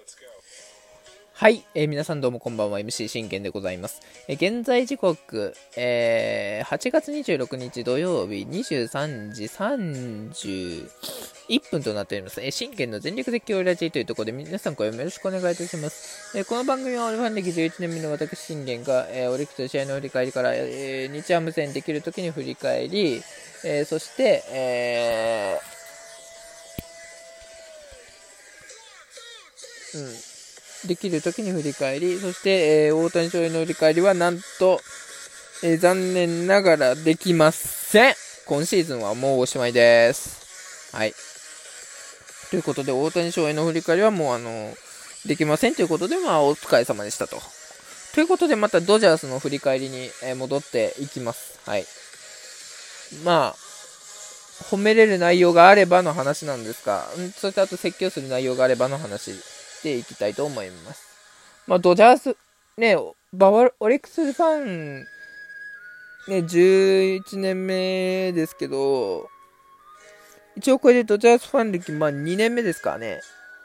はい、皆さんどうもこんばんは。 MC 信玄でございます。現在時刻、8月26日土曜日23時31分となっております。信玄の全力絶叫ラジーというところで皆さんごよろしくお願いいたします。この番組はオリファン歴11年目の私信玄が、オリックスの試合の振り返りから、日ハム戦できるときに振り返り、そして、できるときに振り返り、そして、大谷翔平の振り返りはなんと、残念ながらできません。今シーズンはもうおしまいです。はい。ということで、大谷翔平の振り返りはもうできませんということで、お疲れ様でしたと。ということで、またドジャースの振り返りに、戻っていきます。はい。褒めれる内容があればの話なんですが、そしてあと説教する内容があればの話でいきたいと思います。ドジャース、ね、オリックスファン、ね、11年目ですけど、一応これでドジャースファン歴、2年目ですからね。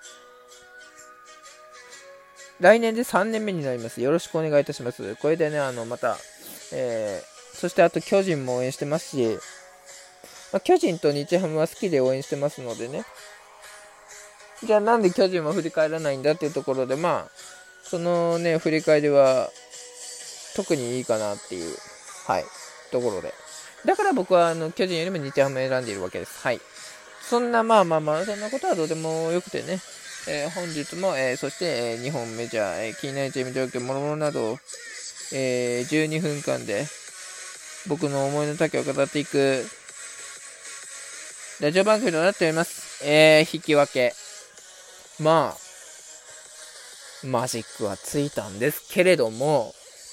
来年で3年目になります。よろしくお願いいたします。これでね、また、そしてあと巨人も応援してますし、巨人と日ハムは好きで応援してますのでね。じゃあなんで巨人は振り返らないんだっていうところで、そのね、振り返りは特にいいかなっていう、はい、ところで。だから僕は巨人よりも日ハムを選んでいるわけです。はい。そんなそんなことはどうでもよくてね、本日も、そして、日本メジャー、気になるチーム状況、もろもろなどを、12分間で僕の思いの丈を語っていくラジオ番組となっております。引き分け。マジックはついたんですけれども、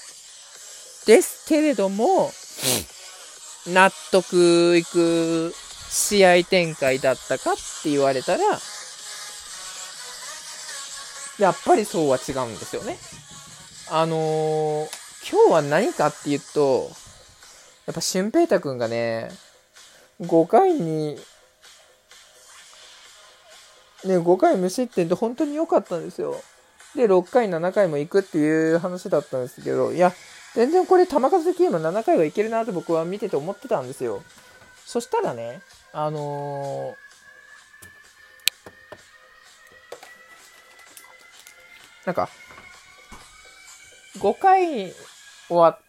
納得いく試合展開だったかって言われたら、やっぱりそうは違うんですよね。今日は何かっていうと、やっぱ俊平太くんがね、5回無失点って本当に良かったんですよ。で、6回、7回も行くっていう話だったんですけど、いや、全然これ球数的にも7回はいけるなと僕は見てて思ってたんですよ。そしたらね、なんか、5回終わって、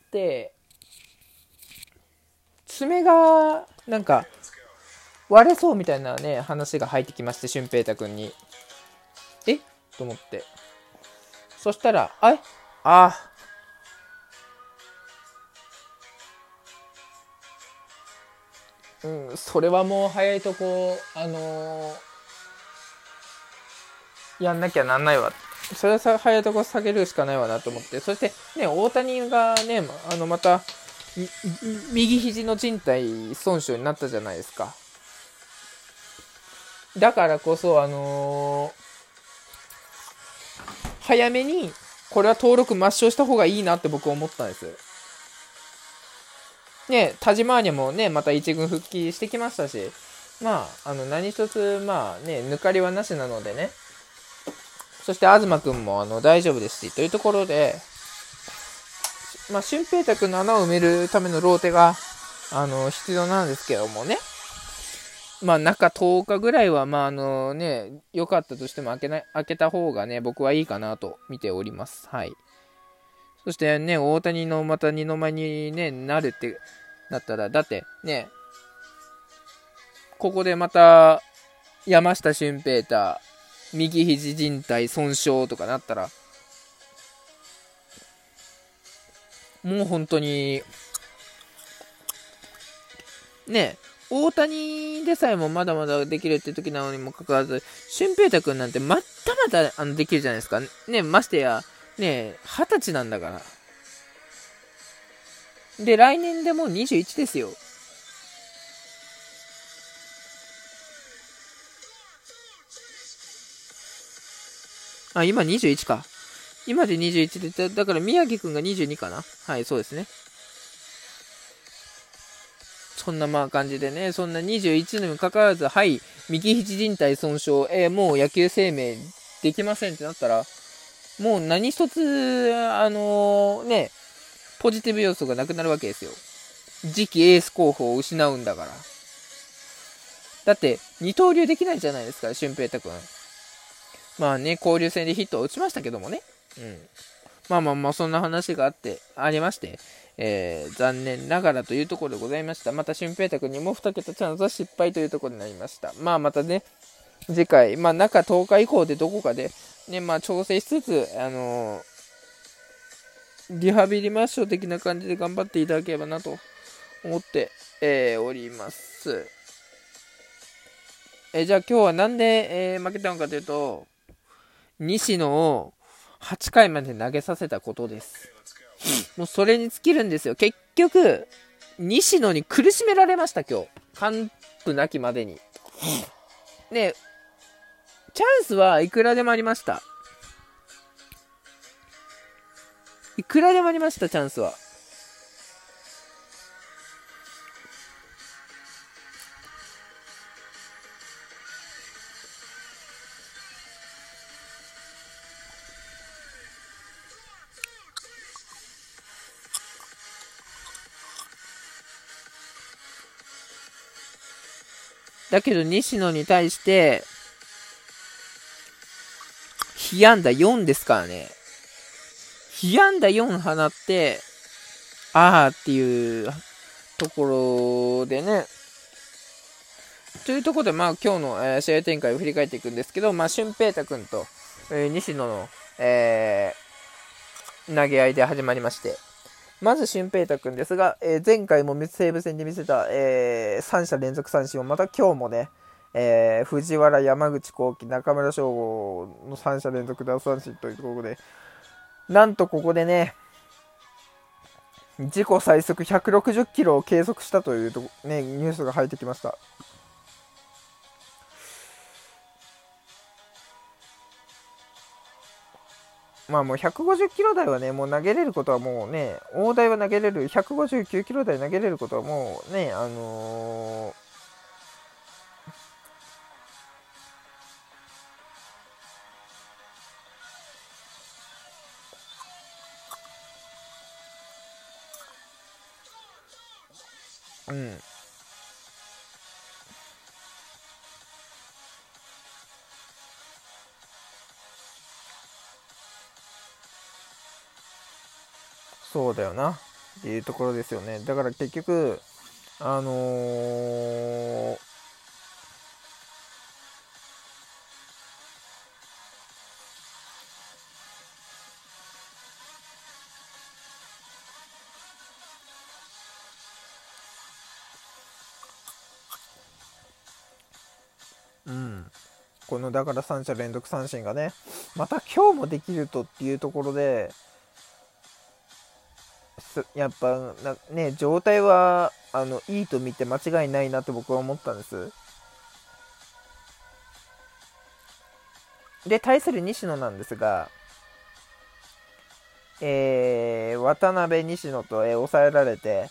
爪が、割れそうみたいなね、話が入ってきまして、俊平太くんに。と思って。そしたら、それはもう早いとこ、やんなきゃなんないわ。それは早いとこ下げるしかないわなと思って。そしてね、大谷がね、また、右肘の靭帯損傷になったじゃないですか。だからこそ、早めに、これは登録抹消した方がいいなって僕は思ったんです。ね、田島にもね、また一軍復帰してきましたし、何一つ、抜かりはなしなのでね。そして東くんも大丈夫ですし、というところで、俊平太くんの穴を埋めるためのローテが、必要なんですけどもね。中10日ぐらいは、良かったとしても開けた方がね、僕はいいかなと見ております。はい。そしてね、大谷のまた二の舞に、ね、なるってなったら、だってね、ここでまた山下俊平太、右肘靭帯損傷とかなったら、もう本当に、ね、大谷でさえもまだまだできるって時なのにもかかわらず、俊平太くんなんてまたできるじゃないですか。ね、ましてや、ね、20歳なんだから。で、来年でもう21ですよ。今21か。今で21で、だから宮城くんが22かな。はい、そうですね。そんな感じでね、そんな21にもかかわらず、はい、右肘靭帯損傷、もう野球生命できませんってなったら、もう何一つ、ポジティブ要素がなくなるわけですよ。次期エース候補を失うんだから。だって、二刀流できないじゃないですか、俊平太くん。まあね、交流戦でヒットを打ちましたけどもね。うん。まあ、そんな話がありまして、残念ながらというところでございました。また、俊平太くんにも2桁チャンスは失敗というところになりました。またね、次回、中10日以降でどこかで、ね、調整しつつ、リハビリマッシュ的な感じで頑張っていただければなと思って、おります。じゃあ今日はなんで、負けたのかというと、西野を8回まで投げさせたことです。もうそれに尽きるんですよ。結局、西野に苦しめられました、今日。完封なきまでに。ね、チャンスはいくらでもありました。いくらでもありました、チャンスは。だけど西野に対して被安打4ですからね。被安打4放ってっていうところでね、というところで今日の、試合展開を振り返っていくんですけど、俊平太君と、西野の、投げ合いで始まりまして、まず俊平太君ですが、前回も西武戦で見せた、3者連続三振をまた今日もね、藤原、山口航輝、中村奨吾の3者連続奪三振というところで、なんとここでね、自己最速160キロを計測したというニュースが入ってきました。もう150キロ台はね、もう投げれることはもうね、大台は投げれる、159キロ台投げれることはもうね、うん。そうだよなっていうところですよね。だから結局このだから3者連続三振がね、また今日もできるとっていうところで、やっぱね、状態はいいと見て間違いないなって僕は思ったんです。で、対する西野なんですが、渡辺、西野と、抑えられて、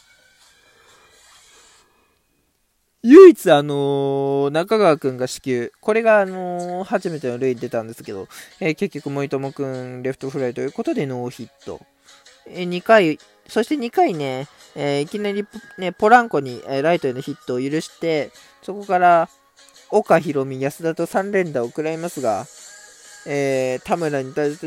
唯一中川くんが死球。これが初めての塁に出たんですけど、結局森友くんレフトフライということでノーヒット。2回、そして2回ね、いきなり、ね、ポランコに、ライトへのヒットを許して、そこから岡大海、安田と3連打を食らいますが、田村に対して、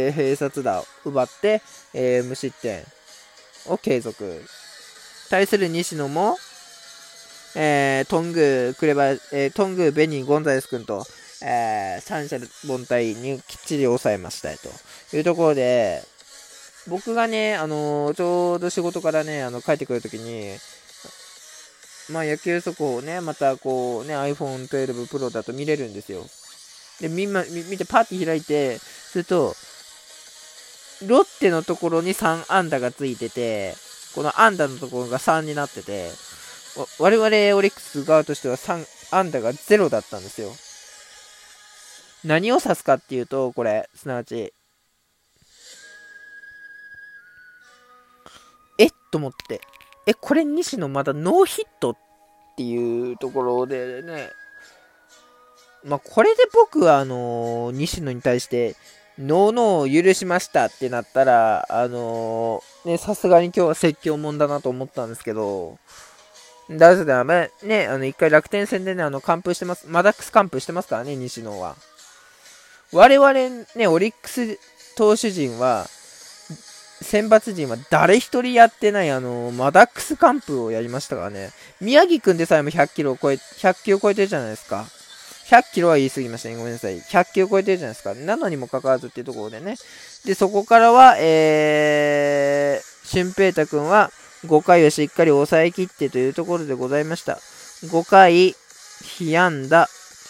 併殺打を奪って、無失点を継続。対する西野も、トング、トング、ベニー、ゴンザレス君と、三者凡退にきっちり抑えましたというところで、僕がね、ちょうど仕事からね、帰ってくるときに、野球速報をね、またこうね、iPhone 12 Pro だと見れるんですよ。で、見てパーティー開いて、すると、ロッテのところに3安打がついてて、この安打のところが3になってて、我々オリックス側としては3安打が0だったんですよ。何を指すかっていうと、これ、すなわち、と思って、これ西野まだノーヒットっていうところでね、 まあ、これで僕は、西野に対して、ノーノーを許しましたってなったら、ね、さすがに今日は説教もんだなと思ったんですけど、だってね、一回楽天戦でね、完封してます。マダックス完封してますからね、西野は。我々ね、オリックス投手陣は、選抜陣は誰一人やってない、マダックス完封をやりましたからね。宮城くんでさえも100キロを超えてるじゃないですか。100キロは言い過ぎましたね。ごめんなさい。100キロ超えてるじゃないですか。なのにもかかわらずっていうところでね。で、そこからは、俊平太くんは5回をしっかり抑え切ってというところでございました。5回、被安打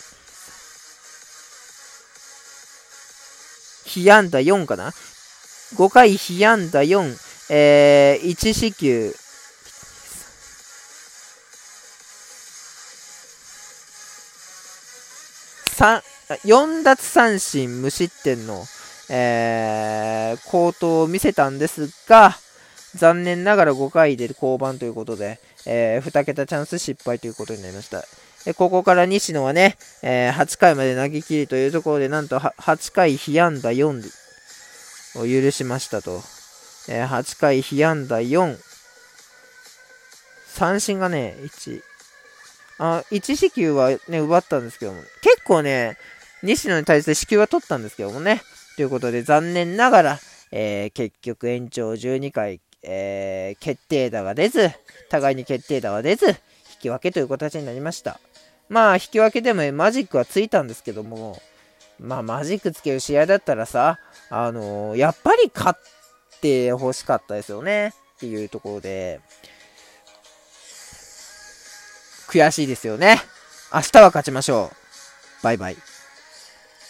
4かな ?5 回被安打4、1四球、4奪三振無失点の、好投を見せたんですが、残念ながら5回で降板ということで、2桁チャンス失敗ということになりました。ここから西野はね、8回まで投げ切りというところで、なんと8回被安打4を許しましたと。8回被安打4。三振がね、1四球はね、奪ったんですけども、結構ね、西野に対して四球は取ったんですけどもね。ということで、残念ながら、結局延長12回、決定打が出ず、互いに決定打は出ず、引き分けという形になりました。まあ、引き分けでもマジックはついたんですけども、まあ、マジックつける試合だったらさ、やっぱり勝って欲しかったですよね。っていうところで、悔しいですよね。明日は勝ちましょう。バイバイ。